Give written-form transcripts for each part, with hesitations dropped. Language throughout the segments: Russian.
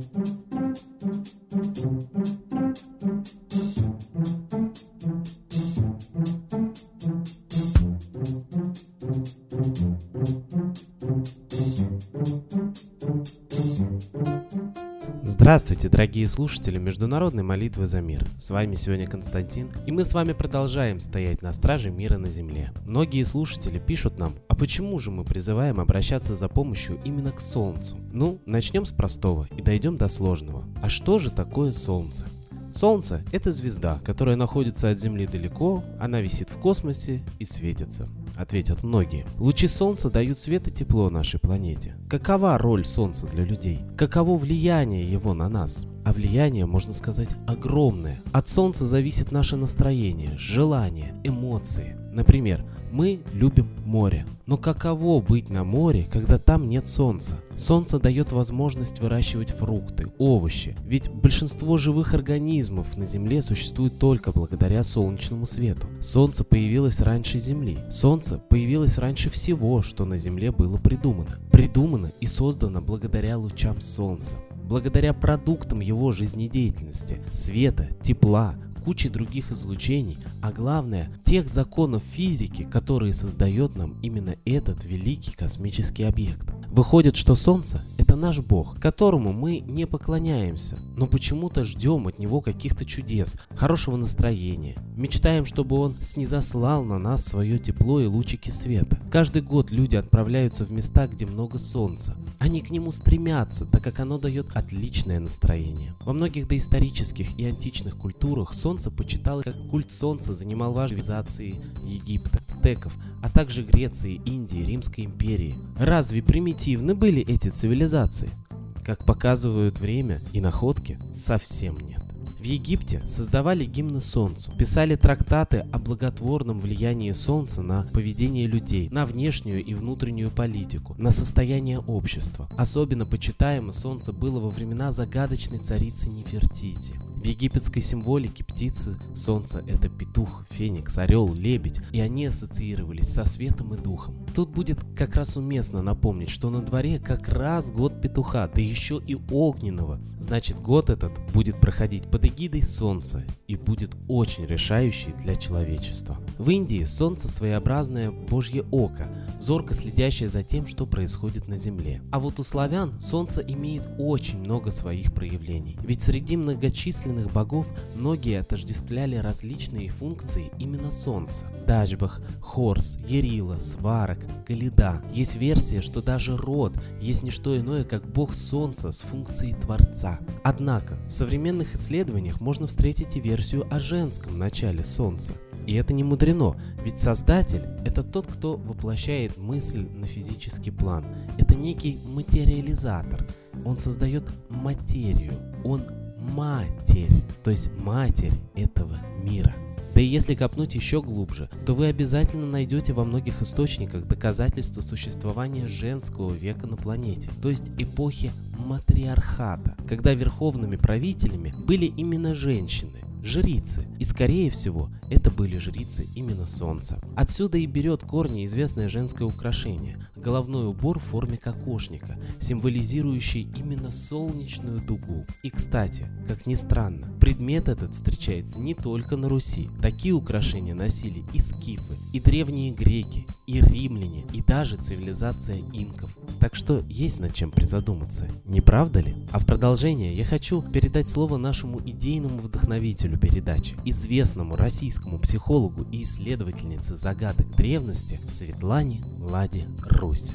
Здравствуйте, дорогие слушатели Международной молитвы за мир. С вами сегодня Константин, и мы с вами продолжаем стоять на страже мира на земле. Многие слушатели пишут нам, а почему же мы призываем обращаться за помощью именно к Солнцу? Ну, начнем с простого и дойдем до сложного. А что же такое Солнце? Солнце – это звезда, которая находится от Земли далеко, она висит в космосе и светится. Ответят многие. Лучи Солнца дают свет и тепло нашей планете. Какова роль Солнца для людей? Каково влияние его на нас? А влияние, можно сказать, огромное. От Солнца зависит наше настроение, желания, эмоции. Например, мы любим море. Но каково быть на море, когда там нет солнца? Солнце дает возможность выращивать фрукты, овощи. Ведь большинство живых организмов на Земле существует только благодаря солнечному свету. Солнце появилось раньше Земли. Солнце появилось раньше всего, что на Земле было придумано. Придумано и создано благодаря лучам Солнца. Благодаря продуктам его жизнедеятельности, света, тепла, кучи других излучений, а главное, тех законов физики, которые создает нам именно этот великий космический объект. Выходит, что Солнце – это наш Бог, которому мы не поклоняемся, но почему-то ждем от Него каких-то чудес, хорошего настроения, мечтаем, чтобы Он снизослал на нас свое тепло и лучики света. Каждый год люди отправляются в места, где много Солнца. Они к нему стремятся, так как оно дает отличное настроение. Во многих доисторических и античных культурах Солнце почиталось как культ Солнца занимал важные цивилизации Египта, ацтеков, а также Греции, Индии, Римской империи. Разве примитивны были эти цивилизации? Как показывают время и находки, совсем нет. В Египте создавали гимны Солнцу, писали трактаты о благотворном влиянии Солнца на поведение людей, на внешнюю и внутреннюю политику, на состояние общества. Особенно почитаемо Солнце было во времена загадочной царицы Нефертити. В египетской символике птицы Солнца – это петух, феникс, орел, лебедь, и они ассоциировались со светом и духом. Тут будет как раз уместно напомнить, что на дворе как раз год петуха, да еще и огненного. Значит, год этот будет проходить под эгидой Солнца и будет очень решающий для человечества. В Индии Солнце своеобразное Божье око, зорко следящее за тем, что происходит на Земле. А вот у славян Солнце имеет очень много своих проявлений. Ведь среди многочисленных богов многие отождествляли различные функции именно Солнца. Дачбах, Хорс, Ярила, Сварог, Каледа. Есть версия, что даже Род есть не что иное, как бог Солнца с функцией Творца. Однако в современных исследованиях можно встретить и версию о женском начале Солнца. И это не мудрено, ведь Создатель – это тот, кто воплощает мысль на физический план. Это некий материализатор. Он создает материю, он матерь, то есть матерь этого мира. Да и если копнуть еще глубже, то вы обязательно найдете во многих источниках доказательства существования женского века на планете, то есть эпохи матриархата, когда верховными правителями были именно женщины. Жрицы. И скорее всего, это были жрицы именно Солнца. Отсюда и берет корни известное женское украшение – головной убор в форме кокошника, символизирующий именно солнечную дугу. И кстати, как ни странно, предмет этот встречается не только на Руси. Такие украшения носили и скифы, и древние греки, и римляне, и даже цивилизация инков. Так что есть над чем призадуматься, не правда ли? А в продолжение я хочу передать слово нашему идейному вдохновителю передачи, известному российскому психологу и исследовательнице загадок древности Светлане Ладе Русь.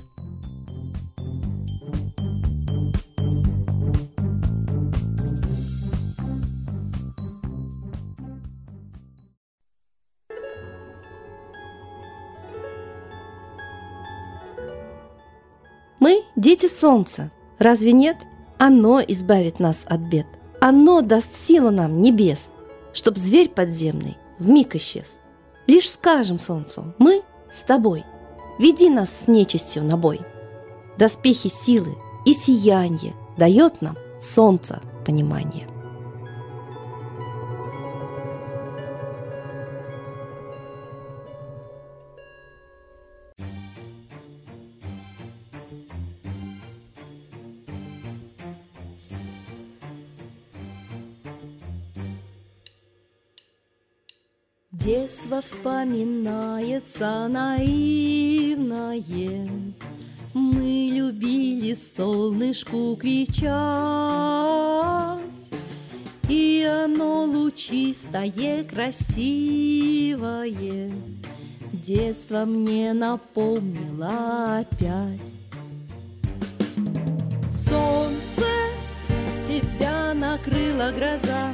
Мы – дети Солнца. Разве нет? Оно избавит нас от бед. Оно даст силу нам небес, чтоб зверь подземный вмиг исчез. Лишь скажем Солнцу: мы с тобой. Веди нас с нечистью на бой. Доспехи силы и сиянье дает нам Солнце понимание. Детство вспоминается наивное. Мы любили солнышку кричать, и оно лучистое, красивое детство мне напомнило опять. Солнце, тебя накрыла гроза.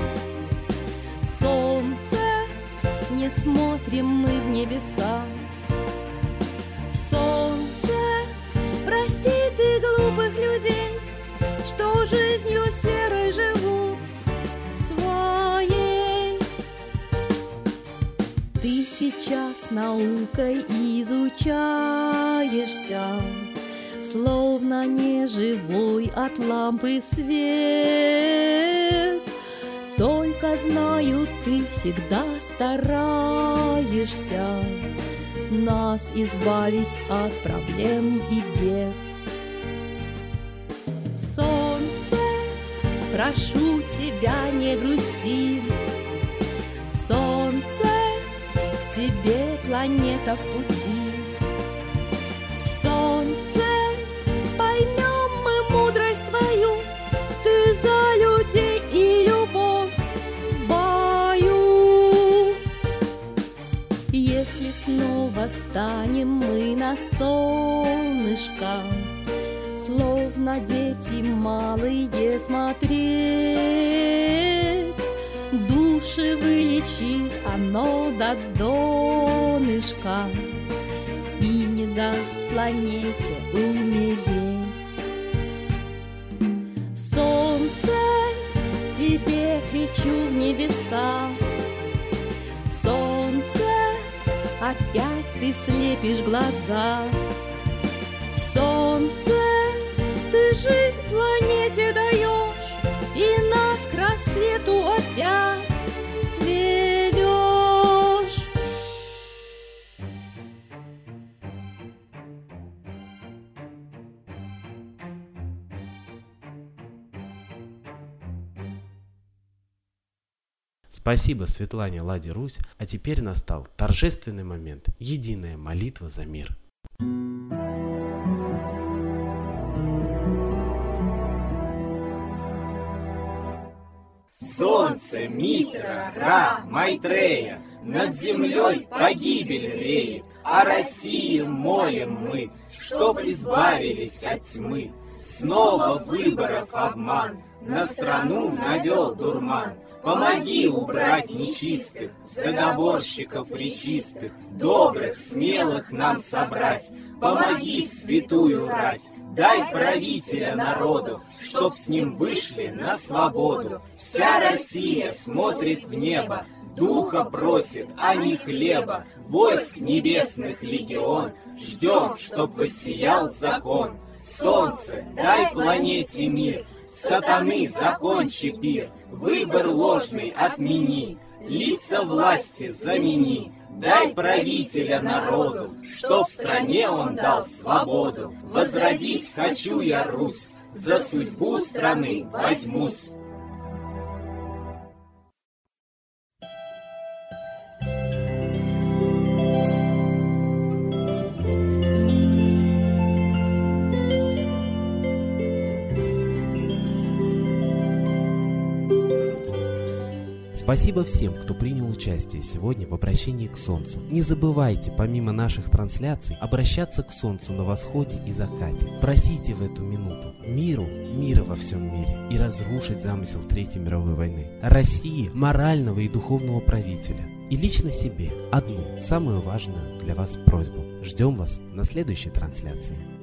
Солнце, не смотрим мы в небеса. Солнце, прости ты глупых людей, что жизнью серой живут своей. Ты сейчас наукой изучаешься, словно неживой от лампы свет. Только знаю, ты всегда стараешься нас избавить от проблем и бед. Солнце, прошу тебя, не грусти. Солнце, к тебе планета в пути. Солнце, поймем мы мудрость твою, ты за людей и любовь в бою. Если снова станем мы на солнышко, словно дети малые смотреть, души вылечит оно до донышка и не даст планете умереть. Солнце, тебе кричу в небеса. Солнце, опять ты слепишь глаза. Солнце, ты жизнь планете даешь и нас к рассвету опять ведешь. Спасибо Светлане Ладе Русь, а теперь настал торжественный момент – единая молитва за мир. Солнце, Митра, Ра, Майтрея, над землей погибель реет, о России молим мы, чтоб избавились от тьмы. Снова выборов обман, на страну навел дурман. Помоги убрать нечистых, заговорщиков речистых, добрых, смелых нам собрать. Помоги в святую рать, дай правителя народу, чтоб с ним вышли на свободу. Вся Россия смотрит в небо, духа просит, а не хлеба. Войск небесных легион, ждем, чтоб воссиял закон. Солнце, дай планете мир, сатаны закончи пир, выбор ложный отмени, лица власти замени. Дай правителя народу, чтоб в стране он дал свободу. Возродить хочу я Русь, за судьбу страны возьмусь. Спасибо всем, кто принял участие сегодня в обращении к Солнцу. Не забывайте, помимо наших трансляций, обращаться к Солнцу на восходе и закате. Просите в эту минуту мира во всем мире и разрушить замысел Третьей мировой войны. России, морального и духовного правителя. И лично себе одну, самую важную для вас просьбу. Ждем вас на следующей трансляции.